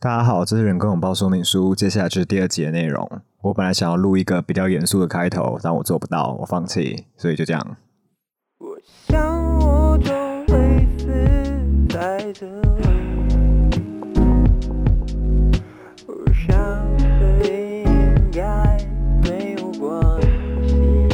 大家好，这是人工拥抱说明书，接下来就是第二集的内容。我本来想要录一个比较严肃的开头，但我做不到，我放弃，所以就这样。 我想我终会死在这里，我想这应该没有关系。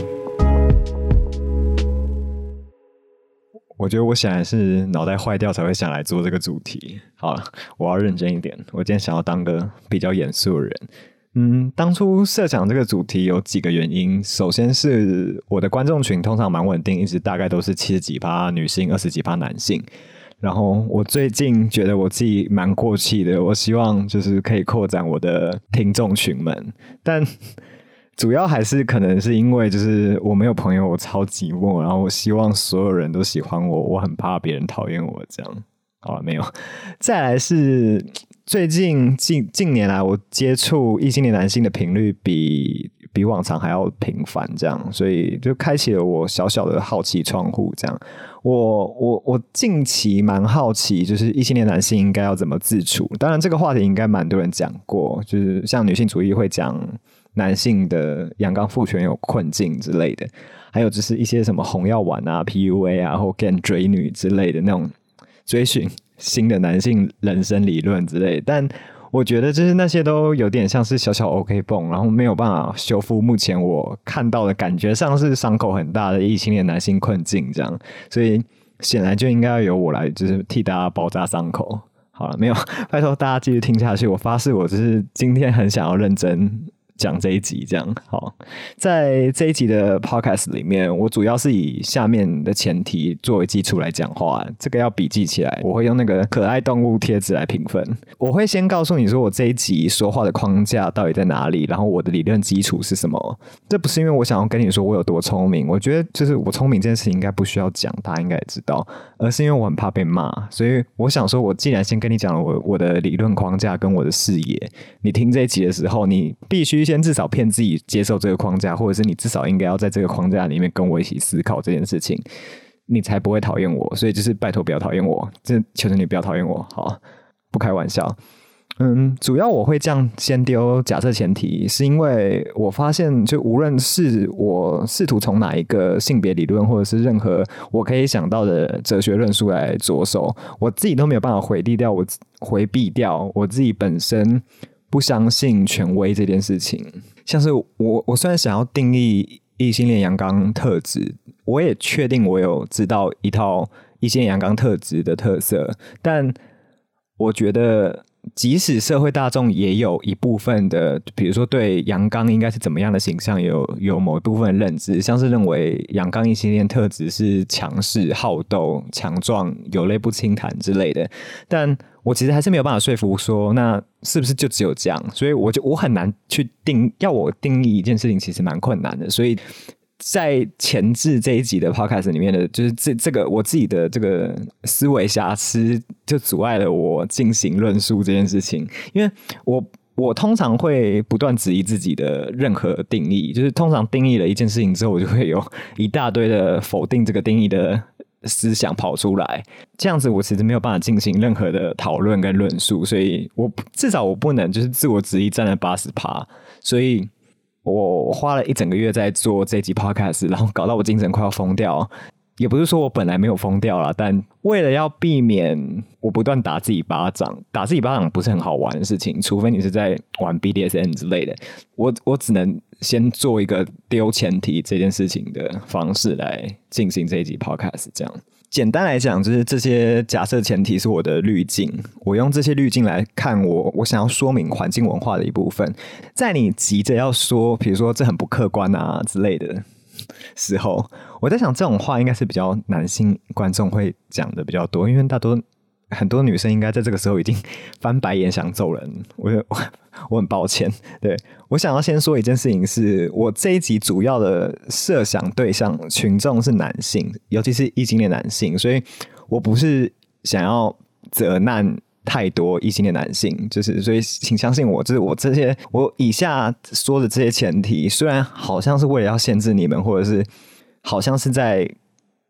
我觉得我显然是脑袋坏掉才会想来做这个主题。好了，我要认真一点，我今天想要当个比较严肃的人。当初设想这个主题有几个原因，首先是我的观众群通常蛮稳定，一直大概都是70几%女性，20几%男性。然后我最近觉得我自己蛮过气的，我希望就是可以扩展我的听众群们，但主要还是可能是因为就是我没有朋友，我超寂寞，然后我希望所有人都喜欢我，我很怕别人讨厌我这样。好了，没有。再来是最近近年来我接触异性恋男性的频率比往常还要频繁这样，所以就开启了我小小的好奇窗户这样。我近期蛮好奇，就是异性恋男性应该要怎么自处。当然这个话题应该蛮多人讲过，就是像女性主义会讲男性的阳刚父权有困境之类的，还有就是一些什么红药丸啊 PUA 啊或 GAN 追女之类的那种追寻新的男性人生理论之类的，但我觉得就是那些都有点像是小小 OK 绷，然后没有办法修复目前我看到的感觉上是伤口很大的异性恋男性困境这样，所以显然就应该要由我来就是替大家包扎伤口。好了，没有，拜托大家继续听下去，我发誓我就是今天很想要认真讲这一集这样。好，在这一集的 podcast 里面，我主要是以下面的前提作为基础来讲话，这个要笔记起来，我会用那个可爱动物贴纸来评分。我会先告诉你说我这一集说话的框架到底在哪里，然后我的理论基础是什么。这不是因为我想要跟你说我有多聪明，我觉得就是我聪明这件事情应该不需要讲，大家应该也知道，而是因为我很怕被骂，所以我想说我既然先跟你讲了我的理论框架跟我的视野，你听这一集的时候你必须先至少骗自己接受这个框架，或者是你至少应该要在这个框架里面跟我一起思考这件事情，你才不会讨厌我。所以就是拜托不要讨厌我，真求求你不要讨厌我，好，不开玩笑。主要我会这样先丢假设前提，是因为我发现就无论是我试图从哪一个性别理论，或者是任何我可以想到的哲学论述来着手，我自己都没有办法回避掉我自己本身不相信权威这件事情。像是我虽然想要定义异性恋阳刚特质，我也确定我有知道一套异性恋阳刚特质的特色，但我觉得即使社会大众也有一部分的，比如说对阳刚应该是怎么样的形象有某一部分的认知，像是认为阳刚异性恋特质是强势、好斗、强壮、有泪不轻弹之类的，但我其实还是没有办法说服说那是不是就只有这样，所以我很难去要我定义一件事情其实蛮困难的，所以在前置这一集的 podcast 里面的就是这个我自己的这个思维瑕疵就阻碍了我进行论述这件事情，因为我通常会不断质疑自己的任何定义，就是通常定义了一件事情之后，我就会有一大堆的否定这个定义的思想跑出来，这样子我其实没有办法进行任何的讨论跟论述，所以至少我不能就是自我质疑占了 80%， 所以我花了一整个月在做这集 podcast， 然后搞到我精神快要疯掉。也不是说我本来没有疯掉啦，但为了要避免我不断打自己巴掌，打自己巴掌不是很好玩的事情，除非你是在玩 BDSM 之类的，我只能先做一个丢前提这件事情的方式来进行这一集 podcast 这样。简单来讲，就是这些假设前提是我的滤镜，我用这些滤镜来看我想要说明环境文化的一部分。在你急着要说比如说这很不客观啊之类的时候，我在想这种话应该是比较男性观众会讲的比较多，因为很多女生应该在这个时候已经翻白眼想走人，我很抱歉。对，我想要先说一件事情是，我这一集主要的设想对象群众是男性，尤其是异性恋男性，所以我不是想要责难太多异性恋男性，就是所以请相信我，就是我以下说的这些前提，虽然好像是为了要限制你们，或者是好像是在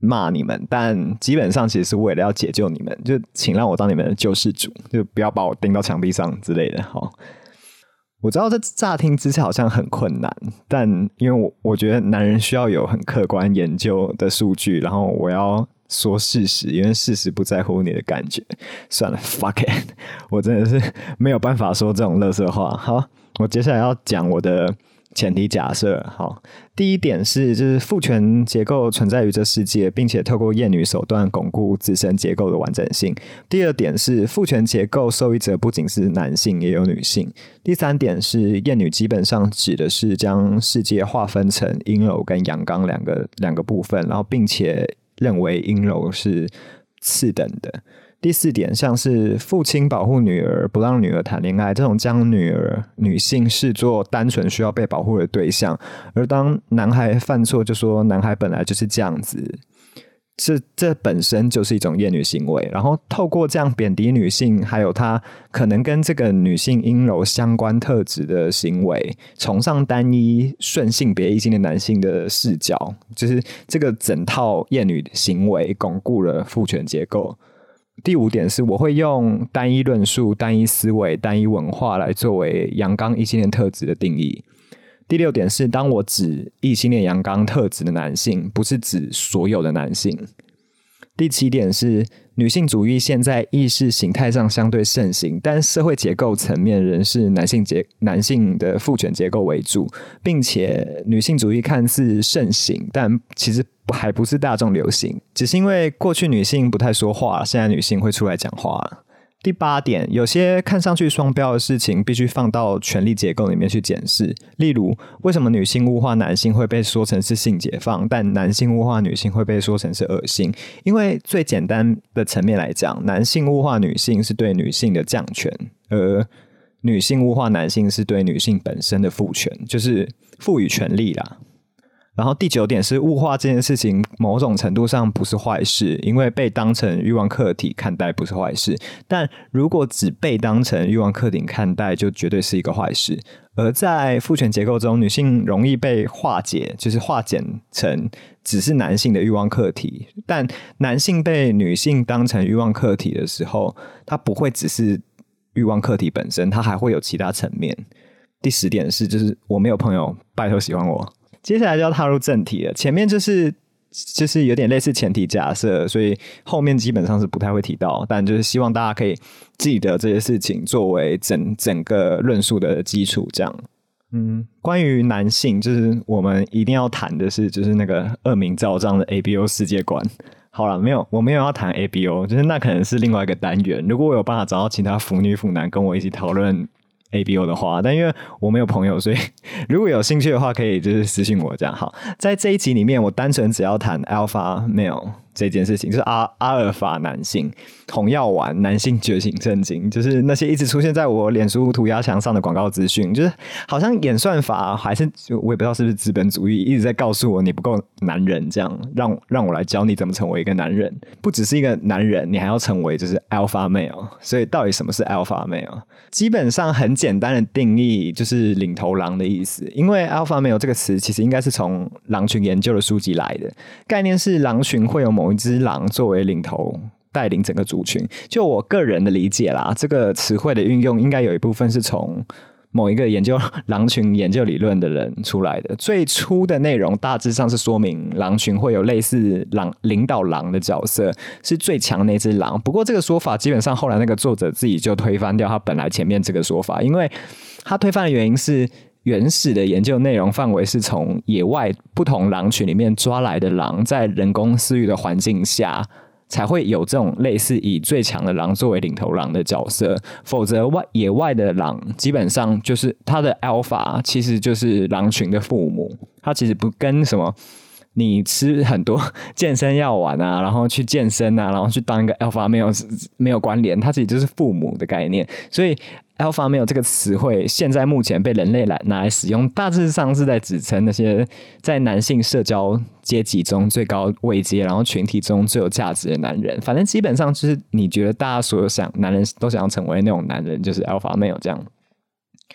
骂你们，但基本上其实是为了要解救你们，就请让我当你们的救世主，就不要把我钉到墙壁上之类的。好，我知道这乍听之下好像很困难，但因为我觉得男人需要有很客观研究的数据，然后我要说事实，因为事实不在乎你的感觉。算了 ，fuck it， 我真的是没有办法说这种垃圾话。好，我接下来要讲我的前提假设。好，第一点是就是父权结构存在于这世界，并且透过厌女手段巩固自身结构的完整性。第二点是父权结构受益者不仅是男性也有女性。第三点是厌女基本上指的是将世界划分成阴柔跟阳刚两个部分，然后并且认为阴柔是次等的。第四点，像是父亲保护女儿，不让女儿谈恋爱，这种将女性视作单纯需要被保护的对象，而当男孩犯错就说男孩本来就是这样子，这本身就是一种厌女行为。然后透过这样贬低女性，还有她可能跟这个女性阴柔相关特质的行为，崇尚单一顺性别异性的男性的视角，就是这个整套厌女行为巩固了父权结构。第五点是我会用单一论述、单一思维、单一文化来作为阳刚异性恋特质的定义。第六点是当我指异性恋阳刚特质的男性，不是指所有的男性。第七点是女性主义现在意识形态上相对盛行，但社会结构层面仍是男性的父权结构为主，并且女性主义看似盛行，但其实还不是大众流行，只是因为过去女性不太说话，现在女性会出来讲话了。第八点，有些看上去双标的事情必须放到权力结构里面去检视，例如为什么女性物化男性会被说成是性解放，但男性物化女性会被说成是恶心。因为最简单的层面来讲，男性物化女性是对女性的降权，而女性物化男性是对女性本身的赋权，就是赋予权利啦。然后第九点是物化这件事情某种程度上不是坏事，因为被当成欲望客体看待不是坏事，但如果只被当成欲望客体看待就绝对是一个坏事。而在父权结构中，女性容易被化解，就是化简成只是男性的欲望客体，但男性被女性当成欲望客体的时候，它不会只是欲望客体本身，它还会有其他层面。第10点是就是我没有朋友，拜托喜欢我。接下来就要踏入正题了，前面就是有点类似前提假设，所以后面基本上是不太会提到，但就是希望大家可以记得这些事情作为整个论述的基础这样。关于男性，就是我们一定要谈的是就是那个恶名昭彰的 ABO 世界观。好了，我没有要谈 ABO， 就是那可能是另外一个单元，如果我有办法找到其他腐女腐男跟我一起讨论ABO 的话，但因为我没有朋友，所以如果有兴趣的话可以就是私信我这样。好，在这一集里面我单纯只要谈 Alpha Male 这件事情，就是阿尔法男性、红药丸、男性觉醒震惊，就是那些一直出现在我脸书涂鸦墙上的广告资讯，就是好像演算法还是我也不知道是不是资本主义一直在告诉我你不够男人，这样让我来教你怎么成为一个男人，不只是一个男人，你还要成为就是 Alpha Male。 所以到底什么是 Alpha Male？ 基本上很简单的定义就是领头狼的意思，因为 Alpha Male 这个词其实应该是从狼群研究的书籍来的，概念是狼群会有某一只狼作为领头带领整个族群。就我个人的理解啦，这个词汇的运用应该有一部分是从某一个研究狼群研究理论的人出来的。最初的内容大致上是说明狼群会有类似领导狼的角色，是最强的那只狼。不过这个说法基本上后来那个作者自己就推翻掉他本来前面这个说法，因为他推翻的原因是原始的研究内容范围是从野外不同狼群里面抓来的狼，在人工饲育的环境下才会有这种类似以最强的狼作为领头狼的角色，否则野外的狼基本上就是它的 alpha 其实就是狼群的父母，它其实不跟什么你吃很多健身药丸啊，然后去健身啊，然后去当一个 alpha 没有关联，它其实就是父母的概念。所以 alpha male 这个词汇现在目前被人类拿来使用，大致上是在指称那些在男性社交阶级中最高位阶，然后群体中最有价值的男人。反正基本上就是你觉得大家所有男人都想要成为那种男人，就是 alpha male 这样。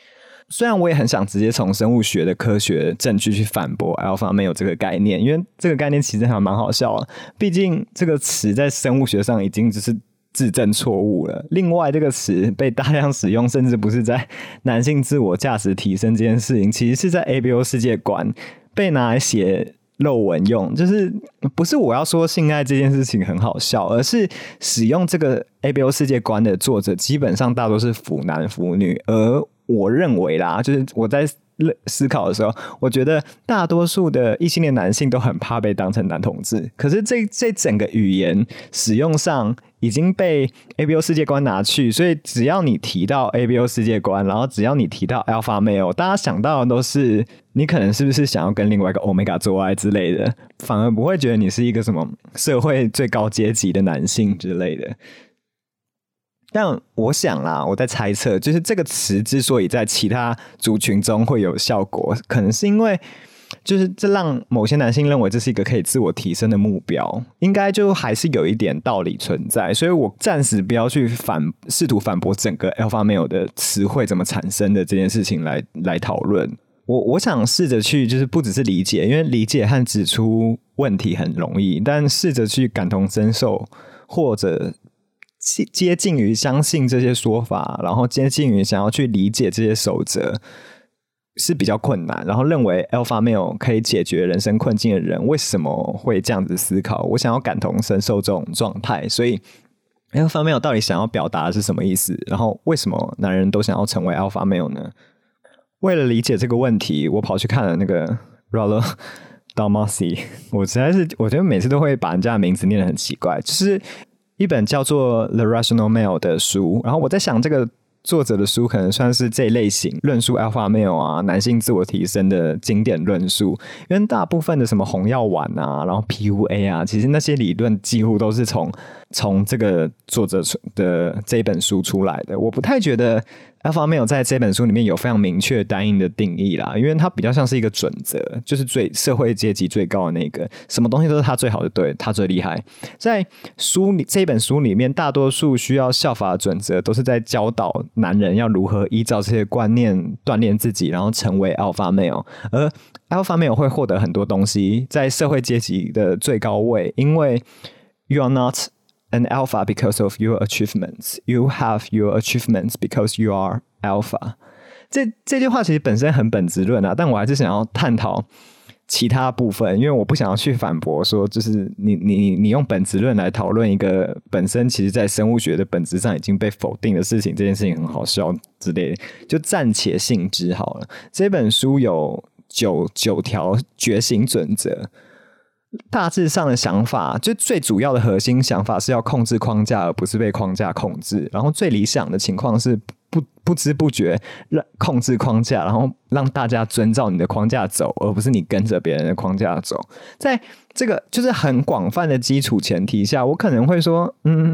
虽然我也很想直接从生物学的科学证据去反驳 alpha male 这个概念，因为这个概念其实还蛮好笑的，毕竟这个词在生物学上已经只是自证错误了。另外，这个词被大量使用，甚至不是在男性自我价值提升这件事情，其实是在 ABO 世界观被拿来写论文用。就是不是我要说性爱这件事情很好笑，而是使用这个 ABO 世界观的作者基本上大多是腐男腐女，而我认为啦，就是我在思考的时候，我觉得大多数的异性恋男性都很怕被当成男同志，可是这整个语言使用上已经被 ABO 世界观拿去，所以只要你提到 ABO 世界观，然后只要你提到 Alpha Male， 大家想到的都是你可能是不是想要跟另外一个 Omega 做爱之类的，反而不会觉得你是一个什么社会最高阶级的男性之类的。但我想啦，我在猜测，就是这个词之所以在其他族群中会有效果，可能是因为就是这让某些男性认为这是一个可以自我提升的目标，应该就还是有一点道理存在，所以我暂时不要去试图反驳整个 Alpha Male 的词汇怎么产生的这件事情来讨论。我想试着去就是不只是理解，因为理解和指出问题很容易，但试着去感同身受或者接近于相信这些说法，然后接近于想要去理解这些守则是比较困难，然后认为 Alpha Male 可以解决人生困境的人为什么会这样子思考，我想要感同身受这种状态，所以 Alpha Male 到底想要表达的是什么意思，然后为什么男人都想要成为 Alpha Male 呢？为了理解这个问题，我跑去看了那个 Rollo Dalmasi， 我实在是我觉得每次都会把人家的名字念得很奇怪，就是一本叫做 The Rational Male 的书，然后我在想这个作者的书可能算是这一类型论述 Alpha Male 啊男性自我提升的经典论述，因为大部分的什么红药丸啊然后 PUA 啊，其实那些理论几乎都是从这个作者的这本书出来的。我不太觉得 Alpha Male 在这本书里面有非常明确单一的定义啦，因为它比较像是一个准则，就是社会阶级最高的那个，什么东西都是他最好的，对，他最厉害。在这本书里面，大多数需要效法的准则都是在教导男人要如何依照这些观念锻炼自己，然后成为 Alpha Male。而 Alpha Male 会获得很多东西，在社会阶级的最高位，因为 You are not an alpha because of your achievements. You have your achievements because you are alpha. 这句话其实本身很本质论啊，但我还是想要探讨其他部分，因为我不想要去反驳说，就是你用本质论来讨论一个本身其实在生物学的本质上已经被否定的事情，这件事情很好笑之类的，就暂且信之好了。这本书有九条觉醒准则。大致上的想法，就最主要的核心想法是要控制框架，而不是被框架控制。然后最理想的情况是不知不觉控制框架，然后让大家遵照你的框架走，而不是你跟着别人的框架走。在这个就是很广泛的基础前提下，我可能会说，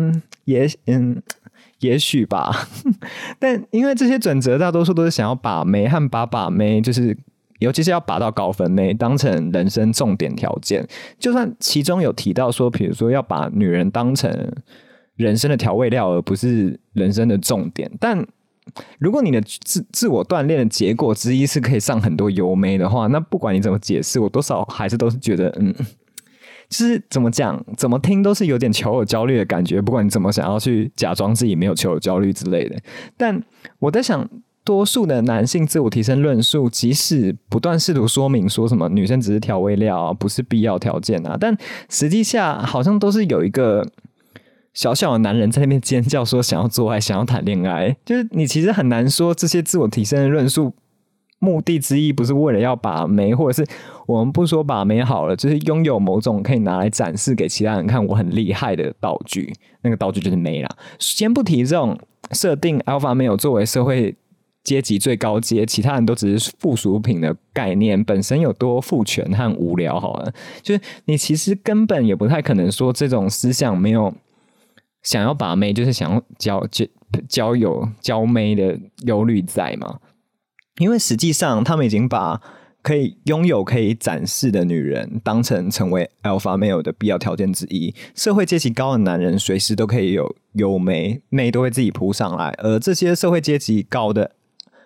也许吧。但因为这些准则大多数都是想要把妹和把妹，就是尤其是要拔到高分妹当成人生重点条件，就算其中有提到说比如说要把女人当成人生的调味料而不是人生的重点，但如果你的自我锻炼的结果之一是可以上很多油妹的话，那不管你怎么解释，我多少还是都是觉得就是怎么讲怎么听都是有点求偶焦虑的感觉，不管你怎么想要去假装自己没有求偶焦虑之类的。但我在想多数的男性自我提升论述，即使不断试图说明说什么女生只是调味料，不是必要条件啊，但实际下好像都是有一个小小的男人在那边尖叫说想要做爱，想要谈恋爱。就是你其实很难说这些自我提升的论述目的之一不是为了要把妹，或者是我们不说把妹好了，就是拥有某种可以拿来展示给其他人看我很厉害的道具，那个道具就是妹啦。先不提这种设定 Alpha Male 作为社会阶级最高阶，其他人都只是附属品的概念本身有多父权和无聊好了，就是你其实根本也不太可能说这种思想没有想要把妹，就是想要交妹的忧虑在嘛。因为实际上他们已经把可以拥有可以展示的女人当成为 Alpha Male 的必要条件之一，社会阶级高的男人随时都可以有妹都会自己扑上来，而这些社会阶级高的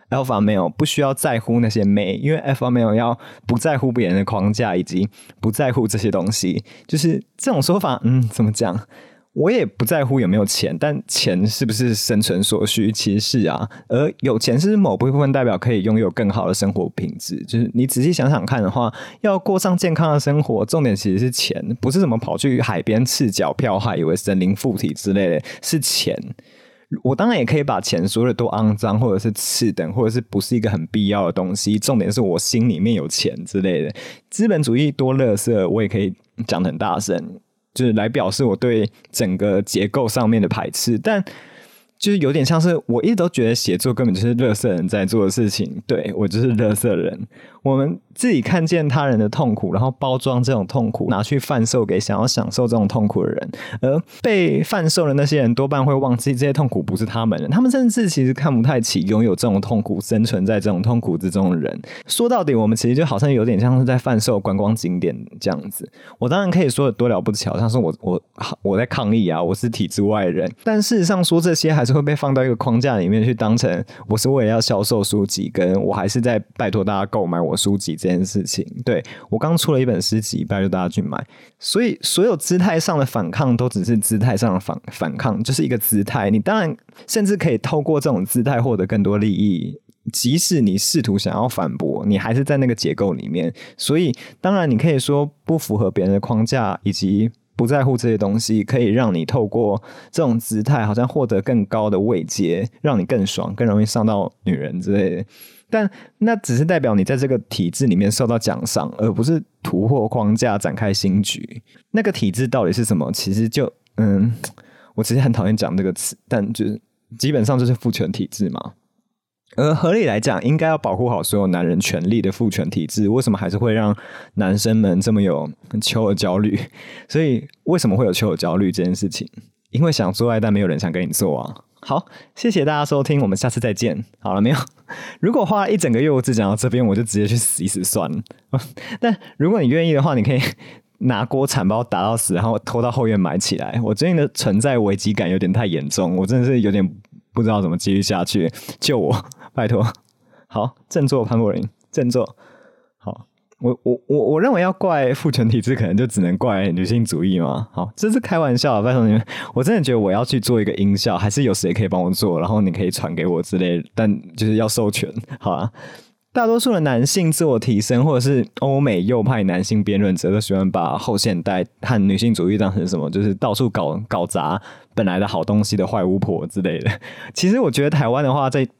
alpha male 不需要在乎那些妹，因为 alpha male 要不在乎别人的框架以及不在乎这些东西。就是这种说法，怎么讲？我也不在乎有没有钱，但钱是不是生存所需？其实是啊。而有钱是某部分代表可以拥有更好的生活品质。就是你仔细想想看的话，要过上健康的生活，重点其实是钱，不是什么跑去海边赤脚漂海，以为神灵附体之类的，是钱。我当然也可以把钱说的多肮脏，或者是次等，或者是不是一个很必要的东西。重点是我心里面有钱之类的。资本主义多垃圾，我也可以讲得很大声。就是来表示我对整个结构上面的排斥，但就是有点像是我一直都觉得写作根本就是垃圾人在做的事情，对，我就是垃圾人。我们自己看见他人的痛苦，然后包装这种痛苦，拿去贩售给想要享受这种痛苦的人，而被贩售的那些人多半会忘记这些痛苦不是他们的，他们甚至其实看不太起拥有这种痛苦、生存在这种痛苦之中的人。说到底，我们其实就好像有点像是在贩售观光景点这样子。我当然可以说的多了不起，好像是我在抗议啊，我是体制外的人，但事实上说这些还是会被放到一个框架里面去，当成我是为了要销售书籍，跟我还是在拜托大家购买我书籍这件事情。对，我刚出了一本诗集，拜托大家去买。所以所有姿态上的反抗都只是姿态上的反抗，就是一个姿态。你当然甚至可以透过这种姿态获得更多利益，即使你试图想要反驳，你还是在那个结构里面。所以当然你可以说不符合别人的框架，以及不在乎这些东西，可以让你透过这种姿态好像获得更高的位阶，让你更爽，更容易上到女人之类的。但那只是代表你在这个体制里面受到奖赏，而不是突破框架展开新局。那个体制到底是什么？其实就我其实很讨厌讲这个词，但就是基本上就是父权体制嘛。而合理来讲，应该要保护好所有男人权利的父权体制，为什么还是会让男生们这么有求偶焦虑？所以为什么会有求偶焦虑这件事情？因为想做爱，但没有人想跟你做啊。好，谢谢大家收听，我们下次再见。好了没有？如果花了一整个月我只讲到这边，我就直接去死一死算了。但如果你愿意的话，你可以拿锅铲把我打到死，然后拖到后院埋起来。我最近的存在危机感有点太严重，我真的是有点不知道怎么继续下去，救我，拜托。好，振作潘国林，振作。好，我认为要怪父权体制，可能就只能怪女性主义嘛。好，这是开玩笑，拜托你们。我真的觉得我要去做一个音效，还是有谁可以帮我做，然后你可以传给我之类的，但就是要授权。好啦，大多数的男性自我提升，或者是欧美右派男性辩论者，都喜欢把后现代和女性主义当成什么，就是到处搞砸本来的好东西的坏巫婆之类的。其实我觉得台湾的话，在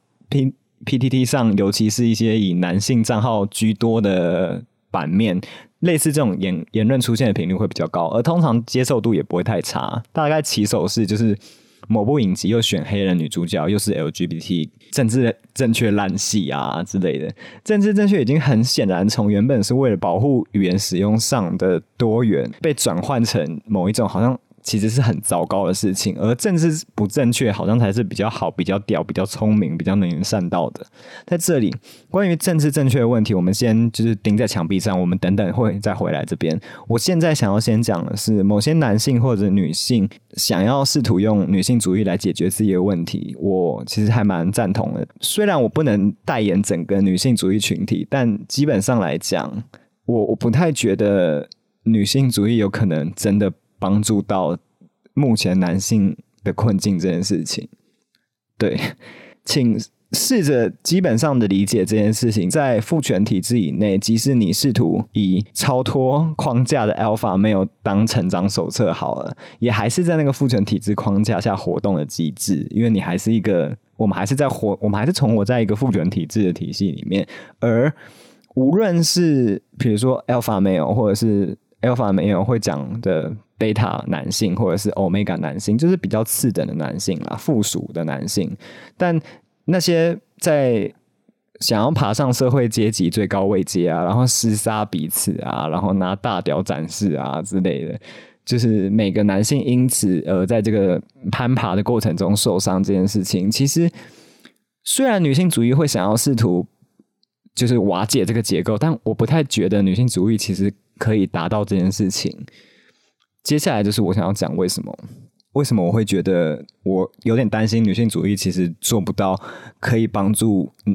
PTT 上，尤其是一些以男性账号居多的版面，类似这种言论出现的频率会比较高，而通常接受度也不会太差。大概起手式就是某部影集又选黑人女主角，又是 LGBT， 政治正确烂戏啊之类的。政治正确已经很显然从原本是为了保护语言使用上的多元，被转换成某一种好像其实是很糟糕的事情，而政治不正确好像才是比较好、比较屌、比较聪明、比较能言善道的。在这里，关于政治正确的问题，我们先就是钉在墙壁上，我们等等会再回来这边。我现在想要先讲的是，某些男性或者女性想要试图用女性主义来解决自己的问题，我其实还蛮赞同的。虽然我不能代言整个女性主义群体，但基本上来讲，我不太觉得女性主义有可能真的帮助到目前男性的困境这件事情。对，请试着基本上的理解这件事情。在父权体制以内，即使你试图以超脱框架的 alpha 没有当成长手册好了，也还是在那个父权体制框架下活动的机制，因为你还是一个，我们还是存活在一个父权体制的体系里面。而无论是比如说 alpha male 或者是 alpha male 会讲的贝塔男性，或者是 omega 男性，就是比较次等的男性啦，附属的男性。但那些在想要爬上社会阶级最高位阶啊，然后厮杀彼此啊，然后拿大屌展示啊之类的，就是每个男性因此而在这个攀爬的过程中受伤这件事情，其实虽然女性主义会想要试图就是瓦解这个结构，但我不太觉得女性主义其实可以达到这件事情。接下来就是我想要讲为什么我会觉得我有点担心女性主义其实做不到可以帮助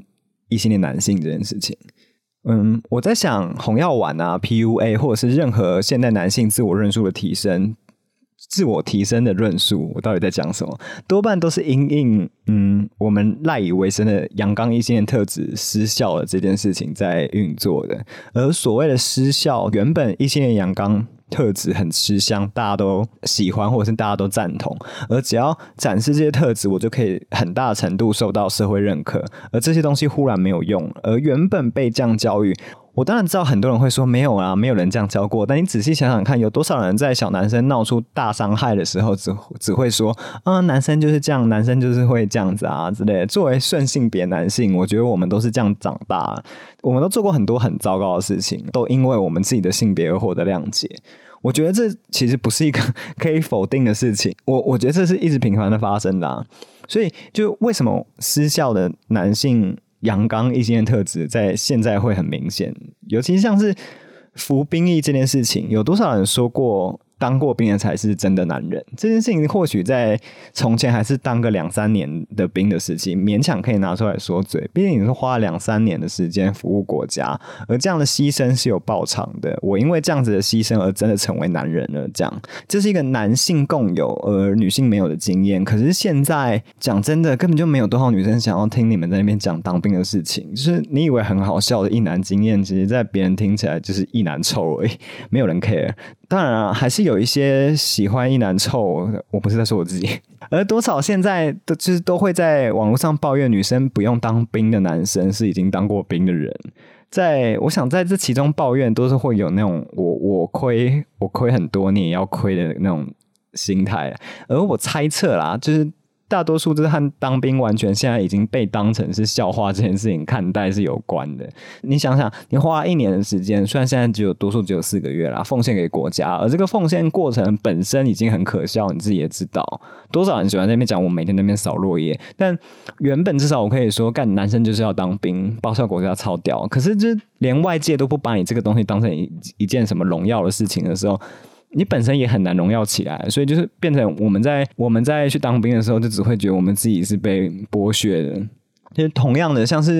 异性恋男性这件事情。我在想红药丸啊 PUA 或者是任何现代男性自我论述的提升，自我提升的论述，我到底在讲什么？多半都是因应我们赖以为生的阳刚异性恋特质失效了这件事情在运作的。而所谓的失效，原本异性恋阳刚特质很吃香，大家都喜欢或者是大家都赞同，而只要展示这些特质，我就可以很大程度受到社会认可，而这些东西忽然没有用，而原本被这样教育，我当然知道很多人会说没有啊，没有人这样教过，但你仔细想想看，有多少人在小男生闹出大伤害的时候只会说男生就是这样，男生就是会这样子啊之类的。作为顺性别男性，我觉得我们都是这样长大，我们都做过很多很糟糕的事情，都因为我们自己的性别而获得谅解。我觉得这其实不是一个可以否定的事情，我觉得这是一直频繁的发生的所以就为什么失效的男性阳刚异性恋特质在现在会很明显，尤其像是服兵役这件事情，有多少人说过当过兵的才是真的男人？这件事情或许在从前还是当个2-3年的兵的时期勉强可以拿出来说嘴，毕竟你是花了2-3年的时间服务国家，而这样的牺牲是有报偿的，我因为这样子的牺牲而真的成为男人了，这是一个男性共有而女性没有的经验。可是现在讲真的根本就没有多少女生想要听你们在那边讲当兵的事情，就是你以为很好笑的一男经验，其实在别人听起来就是一男臭而已，没有人 care。当然还是有一些喜欢一男臭，我不是在说我自己，而多少现在就是都会在网络上抱怨女生不用当兵的男生是已经当过兵的人，我想在这其中抱怨都是会有那种我亏很多你也要亏的那种心态，而我猜测啦，就是大多数就是和当兵完全现在已经被当成是笑话这件事情看待是有关的。你想想，你花了1年的时间，虽然现在多数只有4个月啦，奉献给国家，而这个奉献过程本身已经很可笑，你自己也知道。多少人喜欢在那边讲我每天在那边扫落叶，但原本至少我可以说，干男生就是要当兵，报效国家超屌。可是就连外界都不把你这个东西当成一件什么荣耀的事情的时候，你本身也很难荣耀起来，所以就是变成我们在去当兵的时候，就只会觉得我们自己是被剥削的。就是同样的，像是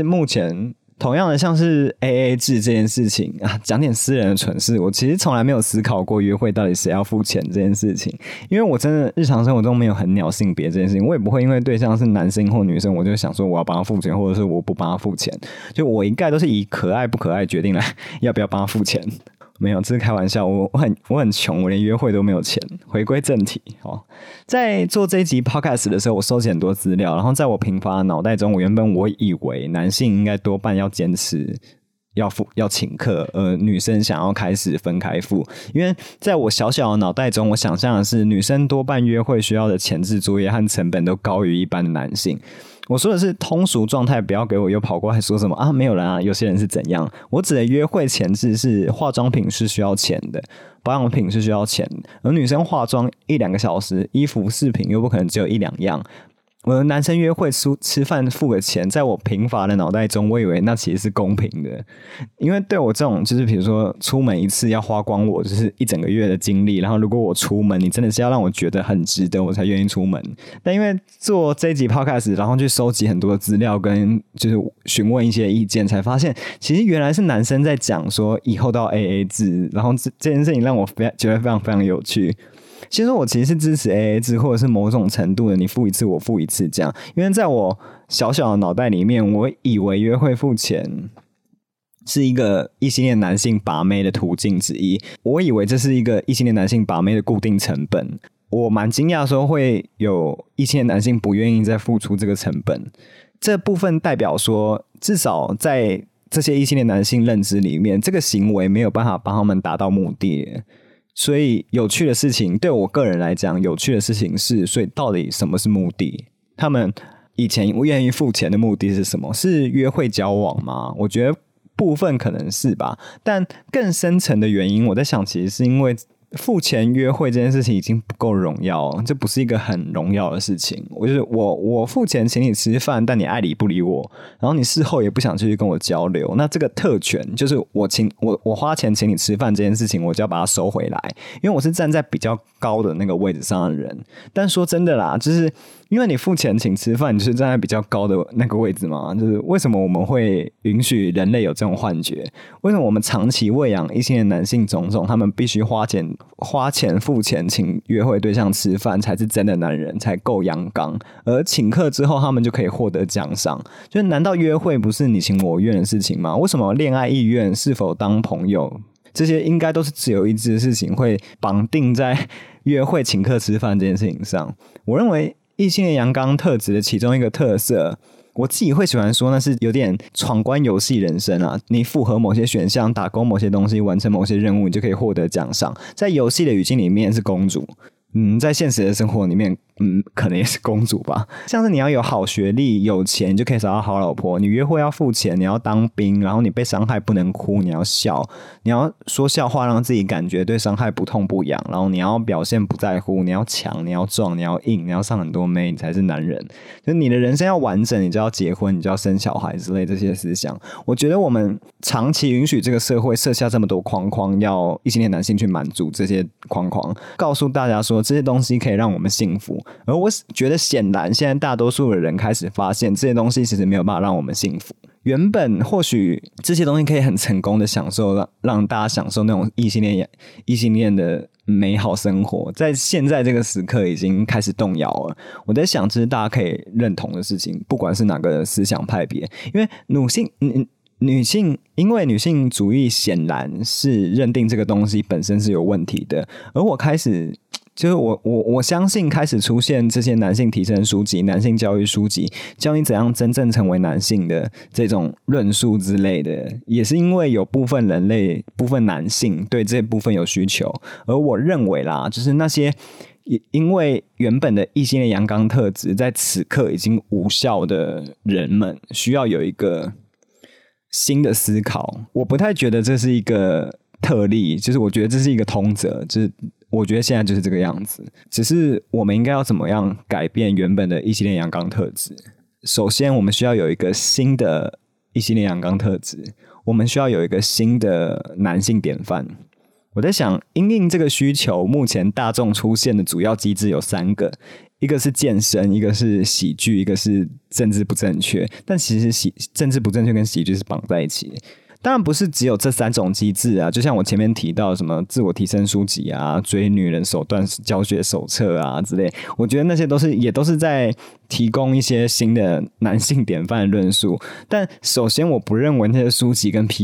AA 制这件事情啊，讲点私人的蠢事，我其实从来没有思考过约会到底谁要付钱这件事情，因为我真的日常生活中没有很鸟性别这件事情，我也不会因为对象是男生或女生，我就想说我要帮他付钱，或者是我不帮他付钱，就我一概都是以可爱不可爱决定来要不要帮他付钱。没有，这是开玩笑。我很穷，我连约会都没有钱。回归正题，在做这一集 podcast 的时候，我收集很多资料，然后在我贫乏的脑袋中，我以为男性应该多半要坚持要请客，女生想要开始分开付，因为在我小小的脑袋中，我想象的是女生多半约会需要的前置作业和成本都高于一般的男性。我说的是通俗状态，不要给我又跑过来说什么没有人啊，有些人是怎样。我指的约会前置是化妆品是需要钱的，保养品是需要钱的，而女生化妆1-2个小时，衣服饰品又不可能只有1-2样。男生约会吃饭付个钱，在我贫乏的脑袋中，我以为那其实是公平的，因为对我这种就是比如说出门一次要花光我就是1整个月的精力，然后如果我出门，你真的是要让我觉得很值得，我才愿意出门。但因为做这一集 podcast， 然后去收集很多的资料跟就是询问一些意见，才发现其实原来是男生在讲说以后都要 AA 制，然后这件事情让我觉得非常非常有趣。先说我其实是支持 AA 制，或者是某种程度的你付一次我付一次这样，因为在我小小的脑袋里面，我以为约会付钱是一个异性恋男性把妹的途径之一，我以为这是一个异性恋男性把妹的固定成本。我蛮惊讶说会有异性恋男性不愿意再付出这个成本，这部分代表说至少在这些异性恋男性认知里面，这个行为没有办法帮他们达到目的。所以有趣的事情，对我个人来讲，有趣的事情是，所以到底什么是目的？他们以前愿意付钱的目的是什么？是约会交往吗？我觉得部分可能是吧，但更深层的原因，我在想，其实是因为付钱约会这件事情已经不够荣耀，这不是一个很荣耀的事情。我就是我付钱请你吃饭，但你爱理不理我，然后你事后也不想继续跟我交流，那这个特权就是我花钱请你吃饭这件事情，我就要把它收回来，因为我是站在比较高的那个位置上的人。但说真的啦，就是因为你付钱请吃饭，你就是站在比较高的那个位置嘛。就是为什么我们会允许人类有这种幻觉？为什么我们长期喂养异性恋男性种种，他们必须花钱付钱请约会对象吃饭才是真的男人，才够阳刚，而请客之后他们就可以获得奖赏？就是难道约会不是你情我愿的事情吗？为什么恋爱意愿是否当朋友这些应该都是只有一致的事情会绑定在约会请客吃饭这件事情上？我认为异性恋阳刚特质的其中一个特色，我自己会喜欢说那是有点闯关游戏人生啊，你符合某些选项，打勾某些东西，完成某些任务，你就可以获得奖赏。在游戏的语境里面是公主，在现实的生活里面可能也是公主吧。像是你要有好学历有钱你就可以找到好老婆，你约会要付钱，你要当兵，然后你被伤害不能哭，你要笑，你要说笑话让自己感觉对伤害不痛不痒，然后你要表现不在乎，你要强，你要壮，你要硬，你要上很多妹，你才是男人。就是你的人生要完整，你就要结婚，你就要生小孩之类这些思想。我觉得我们长期允许这个社会设下这么多框框，要异性恋男性去满足这些框框，告诉大家说这些东西可以让我们幸福。而我觉得显然现在大多数的人开始发现这些东西其实没有办法让我们幸福。原本或许这些东西可以很成功的享受，让大家享受那种异性恋的美好生活，在现在这个时刻已经开始动摇了。我在想这是大家可以认同的事情，不管是哪个思想派别。因为因为女性主义显然是认定这个东西本身是有问题的，而我相信开始出现这些男性提升书籍、男性教育书籍，教你怎样真正成为男性的这种论述之类的，也是因为有部分人类、部分男性对这部分有需求。而我认为啦，就是那些因为原本的异性恋阳刚特质在此刻已经无效的人们，需要有一个新的思考。我不太觉得这是一个特例，就是我觉得这是一个通则，就是我觉得现在就是这个样子，只是我们应该要怎么样改变原本的异性恋阳刚特质。首先我们需要有一个新的异性恋阳刚特质，我们需要有一个新的男性典范。我在想因应这个需求，目前大众出现的主要机制有3个，一个是健身，一个是喜剧，一个是政治不正确。但其实政治不正确跟喜剧是绑在一起的。当然不是只有这3种机制啊，就像我前面提到什么自我提升书籍啊、追女人手段教学手册啊之类，我觉得那些也都是在提供一些新的男性典范的论述。但首先我不认为那些书籍跟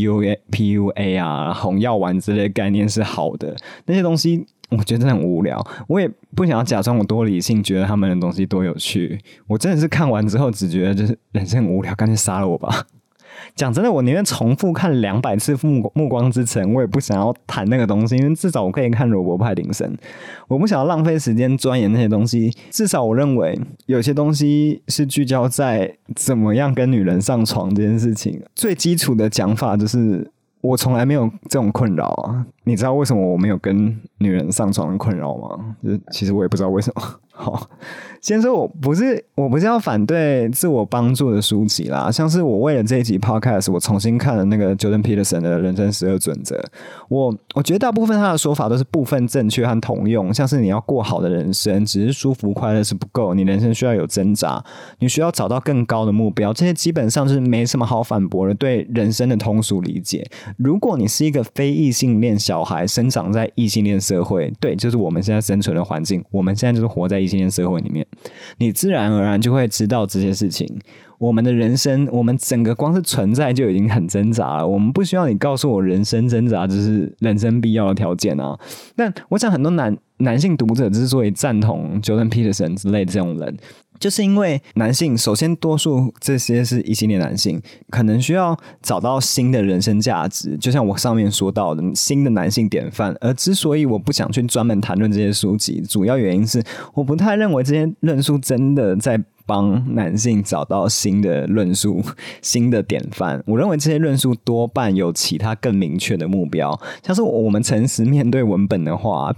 PUA 啊、红药丸之类的概念是好的，那些东西我觉得很无聊。我也不想要假装我多理性，觉得他们的东西多有趣。我真的是看完之后只觉得就是人生很无聊，干脆杀了我吧。讲真的，我宁愿重复看200次暮光之城，我也不想要谈那个东西，因为至少我可以看罗伯派丁森。我不想要浪费时间钻研那些东西，至少我认为有些东西是聚焦在怎么样跟女人上床这件事情。最基础的讲法就是我从来没有这种困扰啊。你知道为什么我没有跟女人上床的困扰吗？就是其实我也不知道为什么。好，先说我不是要反对自我帮助的书籍啦，像是我为了这一集 podcast 我重新看了那个 Jordan Peterson 的人生12准则。我觉得大部分他的说法都是部分正确和同用，像是你要过好的人生，只是舒服快乐是不够，你人生需要有挣扎，你需要找到更高的目标，这些基本上就是没什么好反驳的对人生的通俗理解。如果你是一个非异性恋小孩生长在异性恋社会，对，就是我们现在生存的环境，我们现在就是活在异性恋社会里面，你自然而然就会知道这些事情。我们的人生，我们整个光是存在就已经很挣扎了，我们不需要你告诉我人生挣扎就是人生必要的条件啊。但我想很多男性读者之所以赞同 Jordan Peterson 之类的这种人，就是因为男性首先多数这些是异性恋男性，可能需要找到新的人生价值，就像我上面说到的新的男性典范。而之所以我不想去专门谈论这些书籍，主要原因是我不太认为这些论述真的在帮男性找到新的论述、新的典范。我认为这些论述多半有其他更明确的目标，像是我们诚实面对文本的话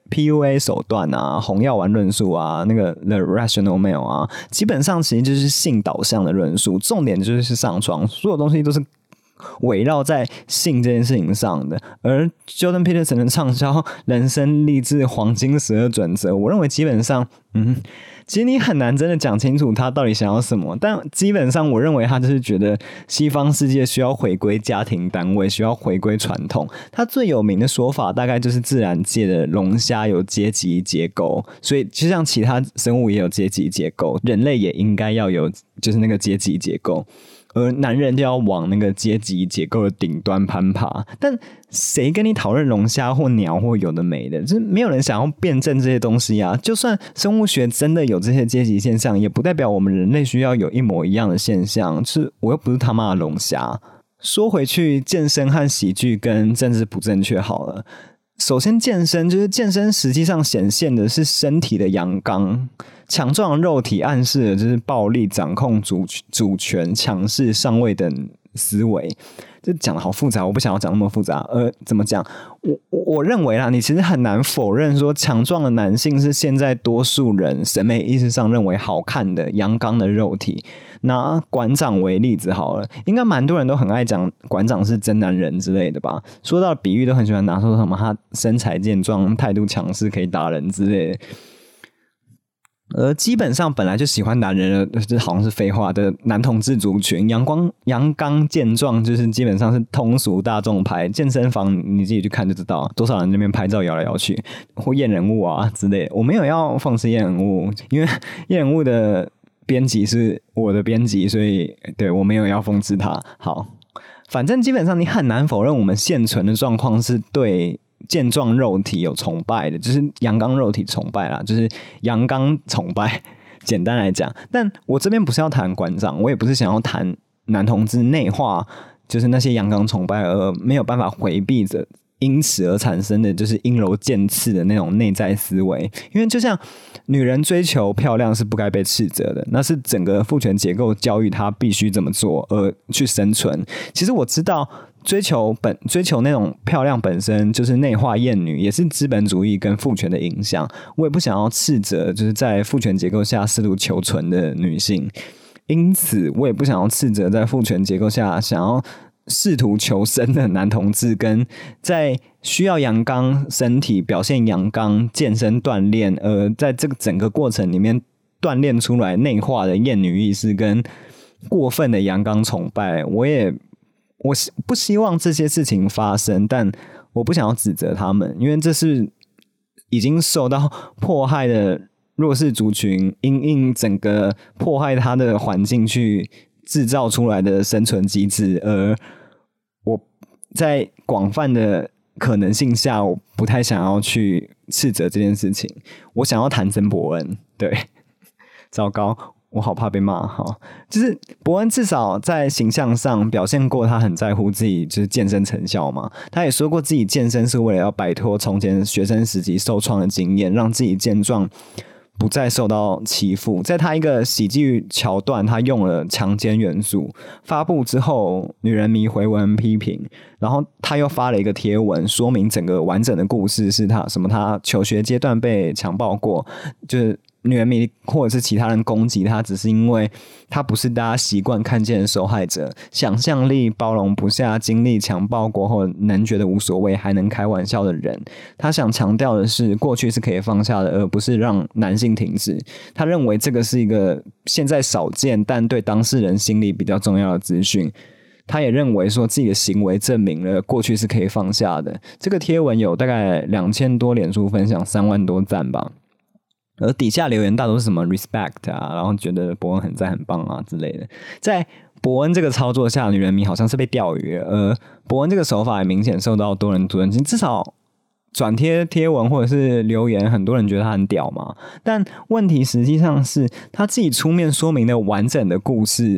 PUA 手段啊、红药丸论述啊、那个 The Rational Male 啊，基本上其实就是性导向的论述，重点就是上床，所有东西都是围绕在性这件事情上的。而 Jordan Peterson 的畅销人生励志黄金12准则，我认为基本上其实你很难真的讲清楚他到底想要什么，但基本上我认为他就是觉得西方世界需要回归家庭单位，需要回归传统。他最有名的说法大概就是自然界的龙虾有阶级结构，所以就像其他生物也有阶级结构，人类也应该要有就是那个阶级结构，而男人就要往那个阶级结构的顶端攀爬。但谁跟你讨论龙虾或鸟或有的没的，就是没有人想要辩证这些东西啊。就算生物学真的有这些阶级现象，也不代表我们人类需要有一模一样的现象，就是我又不是他妈的龙虾。说回去，健身和喜剧跟政治不正确好了。首先健身，就是健身实际上显现的是身体的阳刚，强壮的肉体暗示的就是暴力、掌控主权、强势、上位等思维。这讲的好复杂，我不想要讲那么复杂。怎么讲？我认为啦，你其实很难否认说，强壮的男性是现在多数人审美意识上认为好看的阳刚的肉体。拿馆长为例子好了，应该蛮多人都很爱讲馆长是真男人之类的吧？说到比喻都很喜欢拿说什么他身材健壮、态度强势、可以打人之类的。基本上本来就喜欢男人的，这好像是废话的男同志族群，阳刚健壮，就是基本上是通俗大众派。健身房你自己去看就知道，多少人那边拍照摇来摇去，或验人物啊之类的。我没有要讽刺验人物，因为验人物的编辑是我的编辑，所以对我没有要讽刺他。好，反正基本上你很难否认我们现存的状况是对健壮肉体有崇拜的，就是阳刚肉体崇拜啦，就是阳刚崇拜，简单来讲。但我这边不是要谈馆长，我也不是想要谈男同志内化，就是那些阳刚崇拜而没有办法回避着，因此而产生的就是阴柔剑刺的那种内在思维。因为就像女人追求漂亮是不该被斥责的，那是整个父权结构教育她必须这么做而去生存。其实我知道追求那种漂亮本身就是内化厌女，也是资本主义跟父权的影响。我也不想要斥责就是在父权结构下试图求存的女性，因此我也不想要斥责在父权结构下想要试图求生的男同志，跟在需要阳刚身体表现阳刚健身锻炼，在这个整个过程里面锻炼出来内化的厌女意识跟过分的阳刚崇拜。我不希望这些事情发生，但我不想要指责他们，因为这是已经受到迫害的弱势族群因应整个迫害他的环境去制造出来的生存机制，而我在广泛的可能性下，我不太想要去斥责这件事情。我想要谈曾伯恩，对，糟糕，我好怕被骂。好，就是伯恩至少在形象上表现过他很在乎自己就是健身成效嘛，他也说过自己健身是为了要摆脱从前学生时期受创的经验，让自己健壮不再受到欺负。在他一个喜剧桥段，他用了强奸元素，发布之后女人迷回文批评，然后他又发了一个贴文说明整个完整的故事是他求学阶段被强暴过，就是女人迷或者是其他人攻击他，只是因为他不是大家习惯看见的受害者，想象力包容不下经历强暴过后能觉得无所谓还能开玩笑的人。他想强调的是过去是可以放下的，而不是让男性停止。他认为这个是一个现在少见但对当事人心里比较重要的资讯。他也认为说自己的行为证明了过去是可以放下的。这个贴文有大概2000多脸书分享，3万多赞吧。而底下留言大多是什么 respect 啊，然后觉得伯恩很赞很棒啊之类的。在伯恩这个操作下，女人迷好像是被钓鱼了，而伯恩这个手法也明显受到多人尊敬，至少转贴文或者是留言，很多人觉得他很屌嘛。但问题实际上是他自己出面说明的完整的故事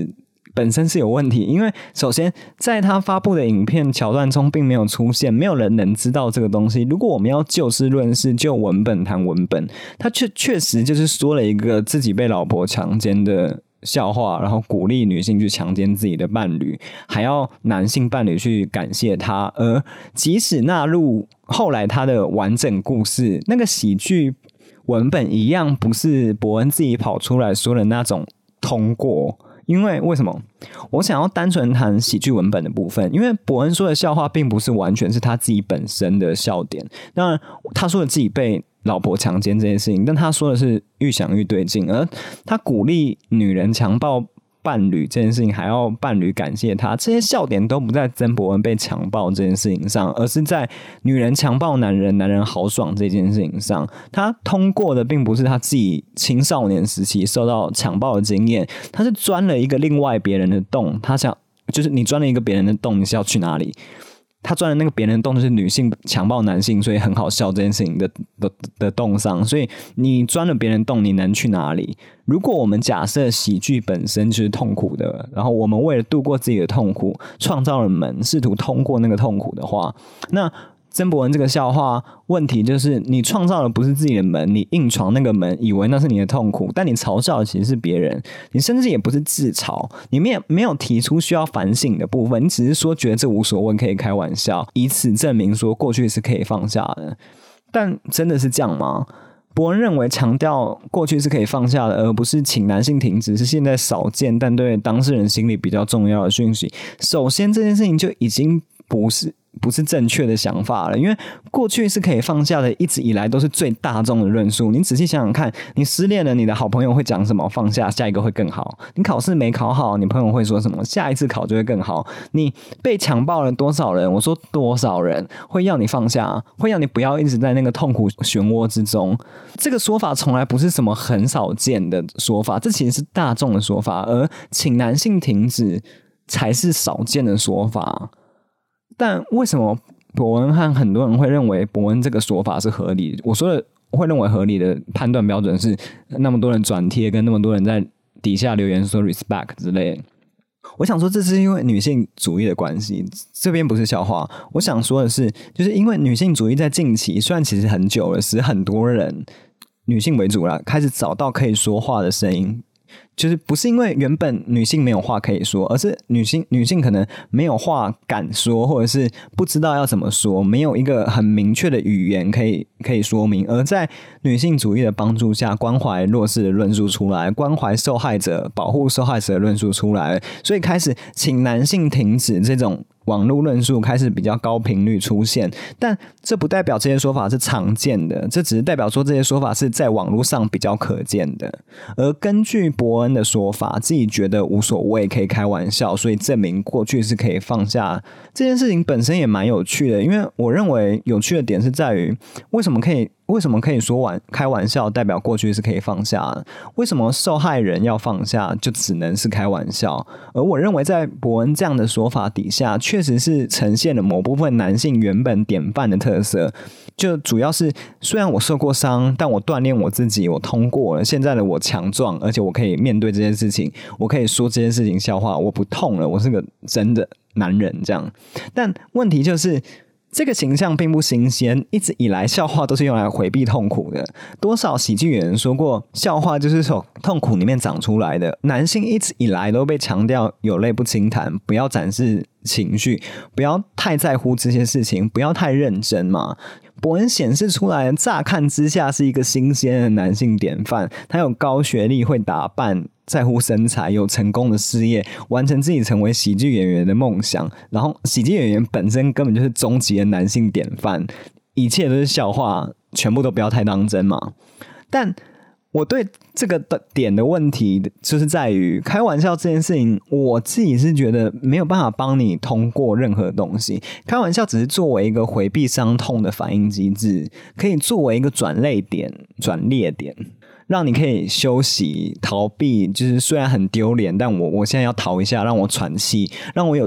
本身是有问题，因为首先在他发布的影片桥段中并没有出现，没有人能知道这个东西。如果我们要就事论事，就文本谈文本，他确实就是说了一个自己被老婆强奸的笑话，然后鼓励女性去强奸自己的伴侣，还要男性伴侣去感谢他。而即使纳入后来他的完整故事，那个喜剧文本一样不是伯恩自己跑出来说的那种通过。因为什么？我想要单纯谈喜剧文本的部分，因为伯恩说的笑话并不是完全是他自己本身的笑点。当然，他说的自己被老婆强奸这件事情，但他说的是愈想愈对劲，而他鼓励女人强暴伴侣这件事情，还要伴侣感谢他，这些笑点都不在曾伯恩被强暴这件事情上，而是在女人强暴男人，男人豪爽这件事情上。他通过的并不是他自己青少年时期受到强暴的经验，他是钻了一个另外别人的洞。他想，就是你钻了一个别人的洞，你是要去哪里？他钻的那个别人的洞就是女性强暴男性，所以很好笑这件事情的洞上，所以你钻了别人的洞，你能去哪里？如果我们假设喜剧本身就是痛苦的，然后我们为了度过自己的痛苦，创造了门，试图通过那个痛苦的话，那曾伯恩这个笑话问题就是你创造的不是自己的门，你硬闯那个门，以为那是你的痛苦，但你嘲笑的其实是别人，你甚至也不是自嘲，你没有提出需要反省的部分，你只是说觉得这无所谓，可以开玩笑，以此证明说过去是可以放下的。但真的是这样吗？伯恩认为强调过去是可以放下的，而不是请男性停止，是现在少见但对当事人心里比较重要的讯息。首先这件事情就已经不是正确的想法了，因为过去是可以放下的，一直以来都是最大众的论述。你仔细想想看，你失恋了，你的好朋友会讲什么？放下，下一个会更好。你考试没考好，你朋友会说什么？下一次考就会更好。你被强暴了多少人？我说多少人会要你放下，会要你不要一直在那个痛苦漩涡之中。这个说法从来不是什么很少见的说法，这其实是大众的说法，而请男性停止才是少见的说法。但为什么伯恩和很多人会认为伯恩这个说法是合理的？我说的会认为合理的判断标准是那么多人转贴跟那么多人在底下留言说 respect 之类的。我想说这是因为女性主义的关系，这边不是笑话。我想说的是，就是因为女性主义在近期虽然其实很久了，使很多人女性为主啦，开始找到可以说话的声音。就是不是因为原本女性没有话可以说，而是女性可能没有话敢说，或者是不知道要怎么说，没有一个很明确的语言可以说明。而在女性主义的帮助下，关怀弱势的论述出来，关怀受害者、保护受害者的论述出来，所以开始请男性停止这种网络论述开始比较高频率出现，但这不代表这些说法是常见的，这只是代表说这些说法是在网络上比较可见的。而根据伯恩的说法，自己觉得无所谓，可以开玩笑，所以证明过去是可以放下。这件事情本身也蛮有趣的，因为我认为有趣的点是在于为什么可以说开玩笑代表过去是可以放下的？为什么受害人要放下就只能是开玩笑？而我认为在伯恩这样的说法底下，确实是呈现了某部分男性原本典范的特色，就主要是虽然我受过伤，但我锻炼我自己，我通过了，现在的我强壮，而且我可以面对这件事情，我可以说这件事情笑话，我不痛了，我是个真的男人这样。但问题就是这个形象并不新鲜，一直以来笑话都是用来回避痛苦的。多少喜剧演员说过，笑话就是从痛苦里面长出来的。男性一直以来都被强调有泪不轻弹，不要展示情绪，不要太在乎这些事情，不要太认真嘛。伯恩显示出来，乍看之下是一个新鲜的男性典范，他有高学历，会打扮，在乎身材，有成功的事业，完成自己成为喜剧演员的梦想。然后喜剧演员本身根本就是终极的男性典范，一切都是笑话，全部都不要太当真嘛。但我对这个点的问题就是在于，开玩笑这件事情，我自己是觉得没有办法帮你通过任何东西。开玩笑只是作为一个回避伤痛的反应机制，可以作为一个转捩点、转捩点，让你可以休息、逃避。就是虽然很丢脸，但我现在要逃一下，让我喘气，让我有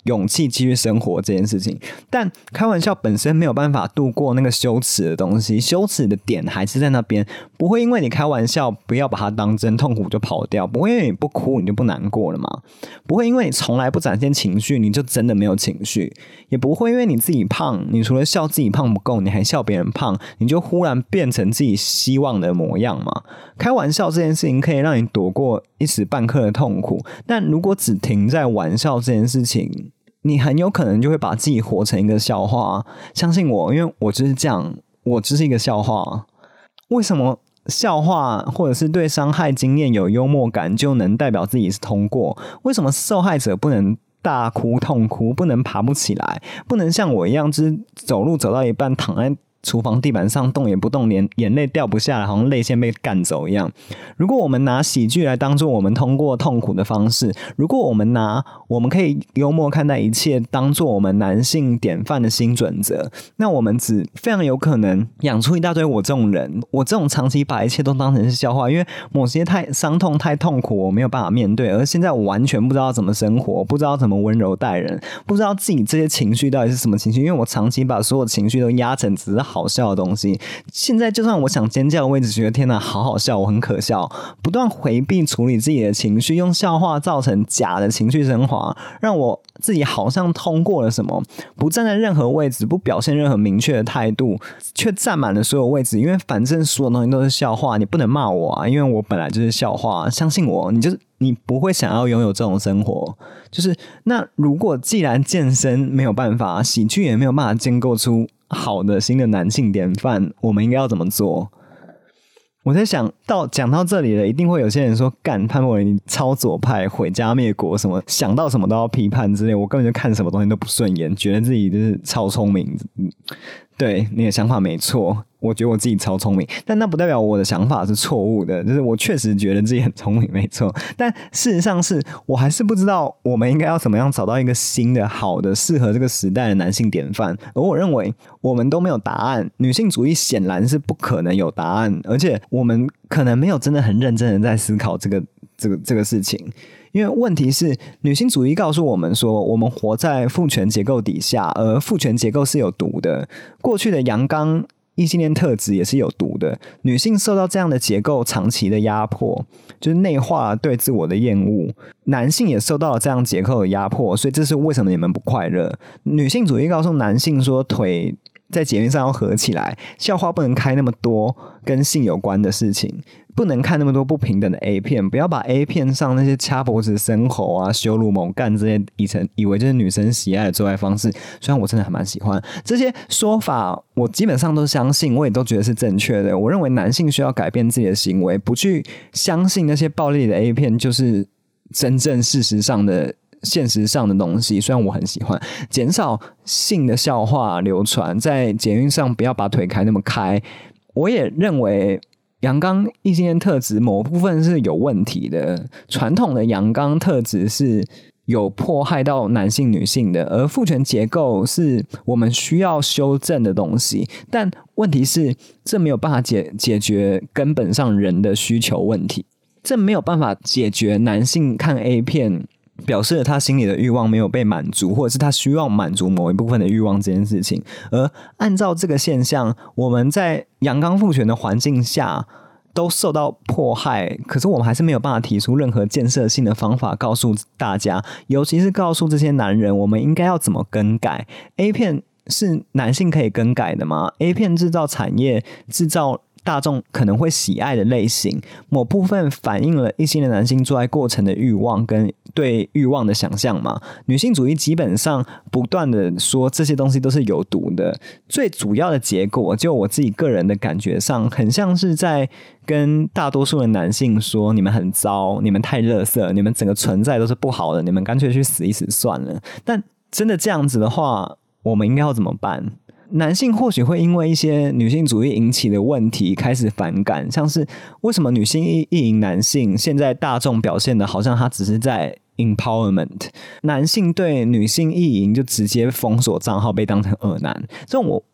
勇气继续生活这件事情。但开玩笑本身没有办法度过那个羞耻的东西，羞耻的点还是在那边，不会因为你开玩笑不要把它当真，痛苦就跑掉，不会因为你不哭你就不难过了嘛，不会因为你从来不展现情绪你就真的没有情绪，也不会因为你自己胖，你除了笑自己胖不够你还笑别人胖，你就忽然变成自己希望的模样嘛。开玩笑这件事情可以让你躲过一时半刻的痛苦，但如果只停在玩笑这件事情，你很有可能就会把自己活成一个笑话。相信我，因为我就是这样，我就是一个笑话。为什么笑话或者是对伤害经验有幽默感就能代表自己是通过？为什么受害者不能大哭痛哭，不能爬不起来，不能像我一样就是走路走到一半躺在厨房地板上动也不动，连眼泪掉不下来，好像泪腺被干走一样。如果我们拿喜剧来当做我们通过痛苦的方式，如果我们拿我们可以幽默看待一切当做我们男性典范的新准则，那我们只非常有可能养出一大堆我这种人，我这种长期把一切都当成是笑话，因为某些太伤痛太痛苦我没有办法面对，而现在我完全不知道怎么生活，不知道怎么温柔待人，不知道自己这些情绪到底是什么情绪，因为我长期把所有情绪都压成只是好笑的东西。现在就算我想尖叫，我也只觉得天哪好好笑，我很可笑，不断回避处理自己的情绪，用笑话造成假的情绪升华，让我自己好像通过了什么，不站在任何位置，不表现任何明确的态度，却占满了所有位置，因为反正所有东西都是笑话，你不能骂我啊，因为我本来就是笑话，相信我，你不会想要拥有这种生活。就是那如果既然健身没有办法，喜剧也没有办法建构出好的新的男性典范，我们应该要怎么做？我在想到讲到这里了，一定会有些人说干潘博文你超左派毁家灭国什么，想到什么都要批判之类，我根本就看什么东西都不顺眼，觉得自己就是超聪明。对，你的想法没错，我觉得我自己超聪明，但那不代表我的想法是错误的，就是我确实觉得自己很聪明没错，但事实上是我还是不知道我们应该要怎么样找到一个新的好的适合这个时代的男性典范。而我认为我们都没有答案，女性主义显然是不可能有答案，而且我们可能没有真的很认真的在思考这个事情。因为问题是女性主义告诉我们说我们活在父权结构底下，而父权结构是有毒的，过去的阳刚异性恋特质也是有毒的，女性受到这样的结构长期的压迫，就是内化对自我的厌恶，男性也受到了这样结构的压迫，所以这是为什么你们不快乐。女性主义告诉男性说腿在捷运上要合起来，笑话不能开那么多跟性有关的事情，不能看那么多不平等的 A 片，不要把 A 片上那些掐脖子生喉啊羞辱猛干这些以为就是女生喜爱的做爱方式，虽然我真的还蛮喜欢这些说法，我基本上都相信，我也都觉得是正确的。我认为男性需要改变自己的行为，不去相信那些暴力的 A 片就是真正事实上的现实上的东西，虽然我很喜欢减少性的笑话流传，在捷运上不要把腿开那么开。我也认为阳刚异性恋特质某部分是有问题的，传统的阳刚特质是有迫害到男性女性的，而父权结构是我们需要修正的东西，但问题是这没有办法解决根本上人的需求问题，这没有办法解决男性看 A 片表示了他心里的欲望没有被满足，或者是他需要满足某一部分的欲望这件事情。而按照这个现象，我们在阳刚父权的环境下都受到迫害，可是我们还是没有办法提出任何建设性的方法告诉大家，尤其是告诉这些男人我们应该要怎么更改。 A 片是男性可以更改的吗？ A 片制造产业制造大众可能会喜爱的类型，某部分反映了异性的男性做爱过程的欲望跟对欲望的想象嘛。女性主义基本上不断的说这些东西都是有毒的，最主要的结果就我自己个人的感觉上很像是在跟大多数的男性说你们很糟，你们太垃圾，你们整个存在都是不好的，你们干脆去死一死算了。但真的这样子的话，我们应该要怎么办？男性或许会因为一些女性主义引起的问题开始反感，像是为什么女性意淫男性现在大众表现的好像他只是在 empowerment， 男性对女性意淫就直接封锁账号被当成恶男，这种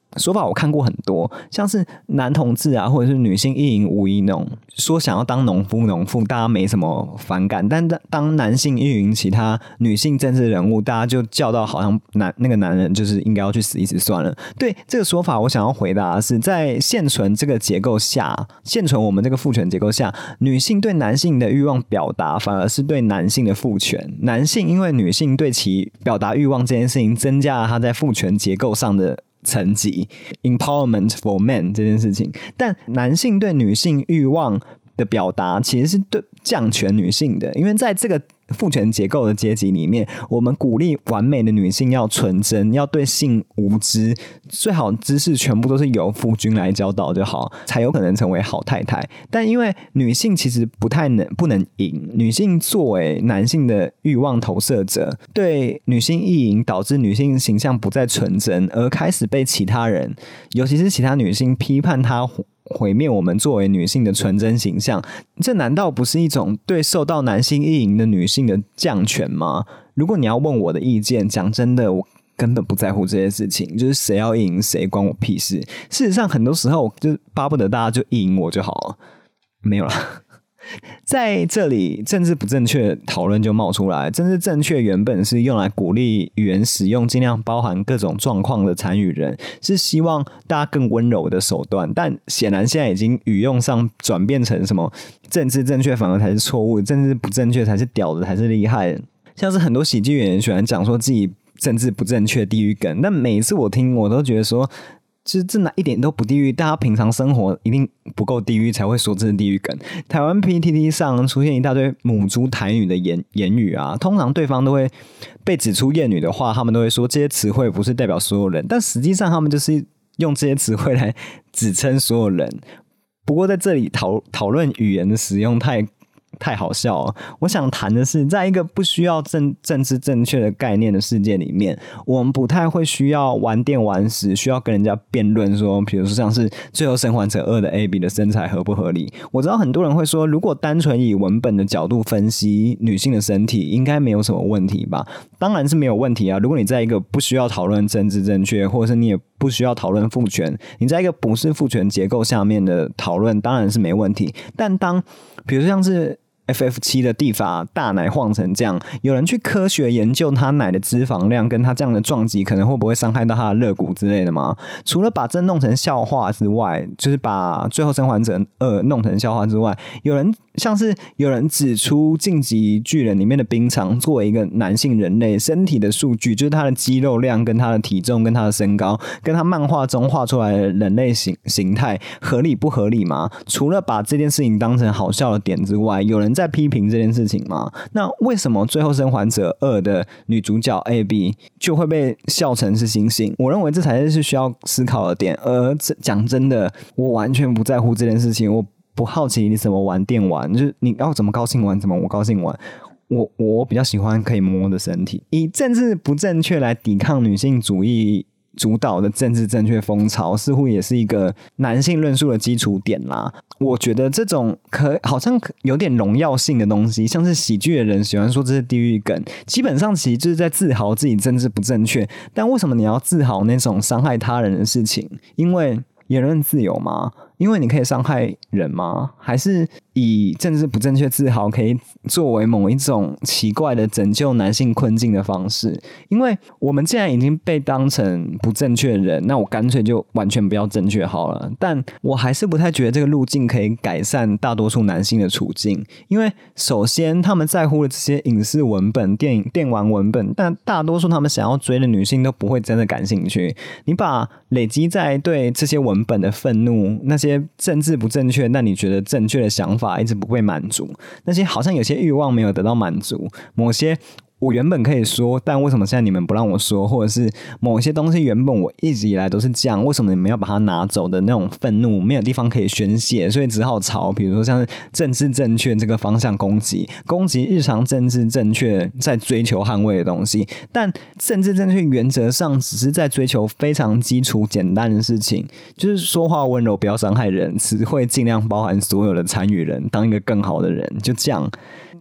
说法我看过很多，像是男同志啊，或者是女性意淫无疑那种说想要当农妇，大家没什么反感，但当男性意淫其他女性政治人物，大家就叫到好像那个男人就是应该要去死一死算了。对这个说法，我想要回答的是，在现存这个结构下，现存我们这个父权结构下，女性对男性的欲望表达反而是对男性的父权，男性因为女性对其表达欲望这件事情，增加了他在父权结构上的层级 empowerment for men 这件事情，但男性对女性欲望的表达其实是对降权女性的，因为在这个父权结构的阶级里面，我们鼓励完美的女性要纯真，要对性无知，最好知识全部都是由夫君来教导就好，才有可能成为好太太。但因为女性其实不能赢，女性作为男性的欲望投射者，对女性意淫导致女性形象不再纯真，而开始被其他人，尤其是其他女性批判她毁灭我们作为女性的纯真形象，这难道不是一种对受到男性意淫的女性的降权吗？如果你要问我的意见，讲真的，我根本不在乎这些事情，就是谁要意淫谁关我屁事。事实上，很多时候就巴不得大家就意淫我就好了，没有啦。在这里，政治不正确讨论就冒出来。政治正确原本是用来鼓励语言使用尽量包含各种状况的参与人，是希望大家更温柔的手段。但显然现在已经语用上转变成什么政治正确反而才是错误，政治不正确才是屌的，才是厉害的。像是很多喜剧演员喜欢讲说自己政治不正确地狱梗，但每一次我听我都觉得说，就是这哪一点都不地狱，大家平常生活一定不够地狱才会说这是地狱梗。台湾 PTT 上出现一大堆母猪台语的言语啊，通常对方都会被指出厌女的话，他们都会说这些词汇不是代表所有人，但实际上他们就是用这些词汇来指称所有人。不过在这里讨论语言的使用太好笑了。我想谈的是，在一个不需要政治正确的概念的世界里面，我们不太会需要玩电玩时需要跟人家辩论说，比如说像是《最后生还者2》的 AB 的身材合不合理。我知道很多人会说，如果单纯以文本的角度分析女性的身体，应该没有什么问题吧？当然是没有问题啊！如果你在一个不需要讨论政治正确，或者是你也不需要讨论父权，你在一个不是父权结构下面的讨论，当然是没问题。但当比如说像是FF7 的地法大奶晃成这样，有人去科学研究他奶的脂肪量跟他这样的撞击可能会不会伤害到他的肋骨之类的吗？除了把这弄成笑话之外，就是把最后生还者2弄成笑话之外，有人指出晋级巨人里面的冰场作为一个男性人类身体的数据，就是他的肌肉量跟他的体重跟他的身高跟他漫画中画出来的人类形态合理不合理吗？除了把这件事情当成好笑的点之外，有人在批评这件事情吗？那为什么最后生还者2的女主角 AB 就会被笑成是猩猩？我认为这才是需要思考的点。而讲真的，我完全不在乎这件事情，我不好奇你怎么玩电玩，就是你要怎么高兴玩怎么我高兴玩。我比较喜欢可以摸的身体。以政治不正确来抵抗女性主义主导的政治正确风潮，似乎也是一个男性论述的基础点啦。我觉得这种好像有点荣耀性的东西，像是喜剧的人喜欢说这是地狱梗，基本上其实就是在自豪自己政治不正确。但为什么你要自豪那种伤害他人的事情？因为言论自由吗？因为你可以伤害人吗？还是以政治不正确自豪可以作为某一种奇怪的拯救男性困境的方式？因为我们既然已经被当成不正确的人，那我干脆就完全不要正确好了。但我还是不太觉得这个路径可以改善大多数男性的处境，因为首先他们在乎的这些影视文本、电玩文本，但大多数他们想要追的女性都不会真的感兴趣。你把累积在对这些文本的愤怒，那些政治不正确但你觉得正确的想法一直不被满足，那些好像有些欲望没有得到满足，某些我原本可以说但为什么现在你们不让我说，或者是某些东西原本我一直以来都是这样，为什么你们要把它拿走的那种愤怒没有地方可以宣泄，所以只好朝比如说像是政治正确这个方向攻击日常政治正确在追求捍卫的东西。但政治正确原则上只是在追求非常基础简单的事情，就是说话温柔不要伤害人，词汇尽量包含所有的参与人，当一个更好的人，就这样。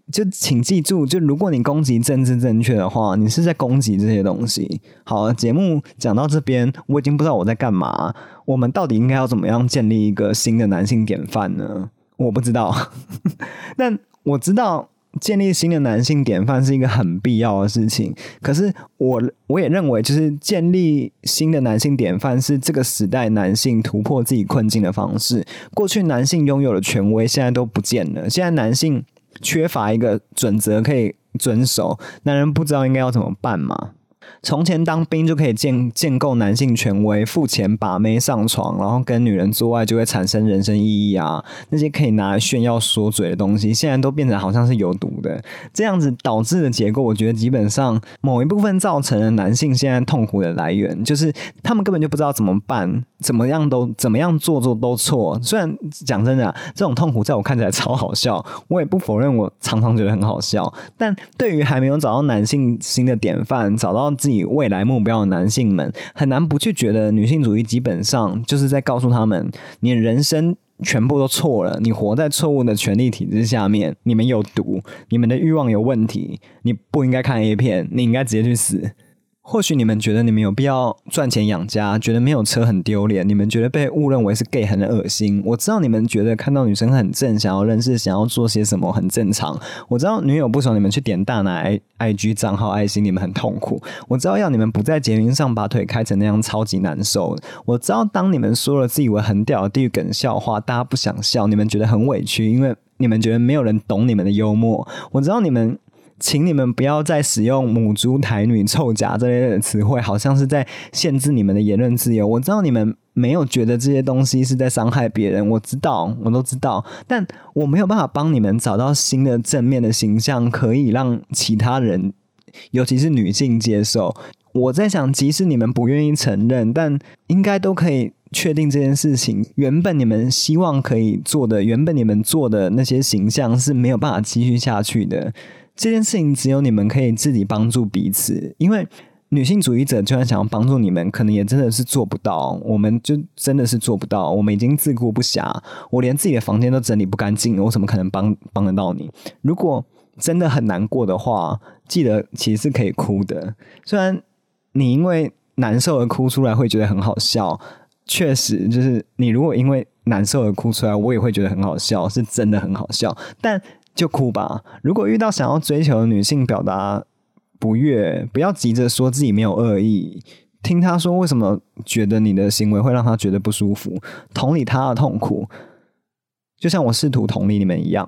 就请记住，就如果你攻击政治正确的话，你是在攻击这些东西。好，节目讲到这边，我已经不知道我在干嘛。我们到底应该要怎么样建立一个新的男性典范呢？我不知道，但我知道建立新的男性典范是一个很必要的事情。可是我也认为，就是建立新的男性典范是这个时代男性突破自己困境的方式。过去男性拥有的权威现在都不见了，现在男性缺乏一个准则可以遵守，男人不知道应该要怎么办嘛。从前当兵就可以建构男性权威，付钱把妹上床，然后跟女人做爱就会产生人生意义啊，那些可以拿来炫耀说嘴的东西，现在都变成好像是有毒的。这样子导致的结果，我觉得基本上某一部分造成了男性现在痛苦的来源，就是他们根本就不知道怎么办，怎么样做都错。虽然讲真的这种痛苦在我看起来超好笑，我也不否认我常常觉得很好笑，但对于还没有找到男性新的典范，找到自己未来目标的男性们，很难不去觉得女性主义基本上就是在告诉他们，你的人生全部都错了，你活在错误的权力体制下面，你们有毒，你们的欲望有问题，你不应该看 A 片，你应该直接去死。或许你们觉得你们有必要赚钱养家，觉得没有车很丢脸，你们觉得被误认为是 gay 很恶心。我知道你们觉得看到女生很正，想要认识，想要做些什么很正常。我知道女友不爽你们去点大奶 IG 账号爱心，你们很痛苦。我知道要你们不在捷运上把腿开成那样超级难受。我知道当你们说了自以为很屌的地狱梗笑话，大家不想笑，你们觉得很委屈，因为你们觉得没有人懂你们的幽默。我知道请你们不要再使用母猪、台女、臭甲这类的词汇，好像是在限制你们的言论自由。我知道你们没有觉得这些东西是在伤害别人，我都知道，但我没有办法帮你们找到新的正面的形象，可以让其他人，尤其是女性接受。我在想，即使你们不愿意承认，但应该都可以确定这件事情，原本你们希望可以做的，原本你们做的那些形象是没有办法继续下去的。这件事情只有你们可以自己帮助彼此，因为女性主义者就算想要帮助你们，可能也真的是做不到。我们就真的是做不到，我们已经自顾不暇，我连自己的房间都整理不干净了，我怎么可能帮得到你？如果真的很难过的话，记得其实是可以哭的。虽然你因为难受而哭出来会觉得很好笑，确实就是你如果因为难受而哭出来，我也会觉得很好笑，是真的很好笑，但就哭吧。如果遇到想要追求的女性表达不悦，不要急着说自己没有恶意，听她说为什么觉得你的行为会让她觉得不舒服，同理她的痛苦，就像我试图同理你们一样。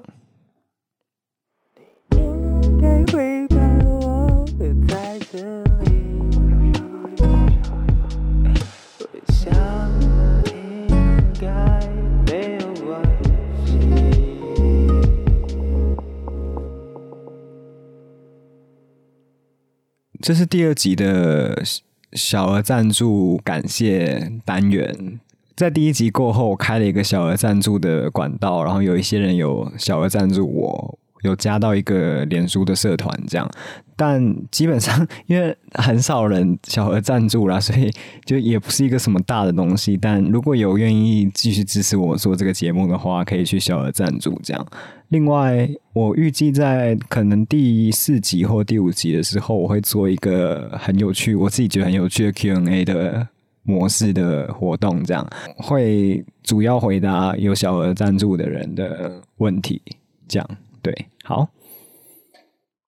应该会把我留在这里，我想应该没有关系。 这是第2集的小额赞助感谢单元。在第1集过后，我开了一个小额赞助的管道，然后有一些人有小额赞助我，有加到一个脸书的社团这样。但基本上因为很少人小额赞助啦，所以就也不是一个什么大的东西。但如果有愿意继续支持我做这个节目的话，可以去小额赞助这样。另外我预计在可能第4集或第5集的时候，我会做一个很有趣，我自己觉得很有趣的 Q&A 的模式的活动，这样会主要回答有小额赞助的人的问题，这样对。好，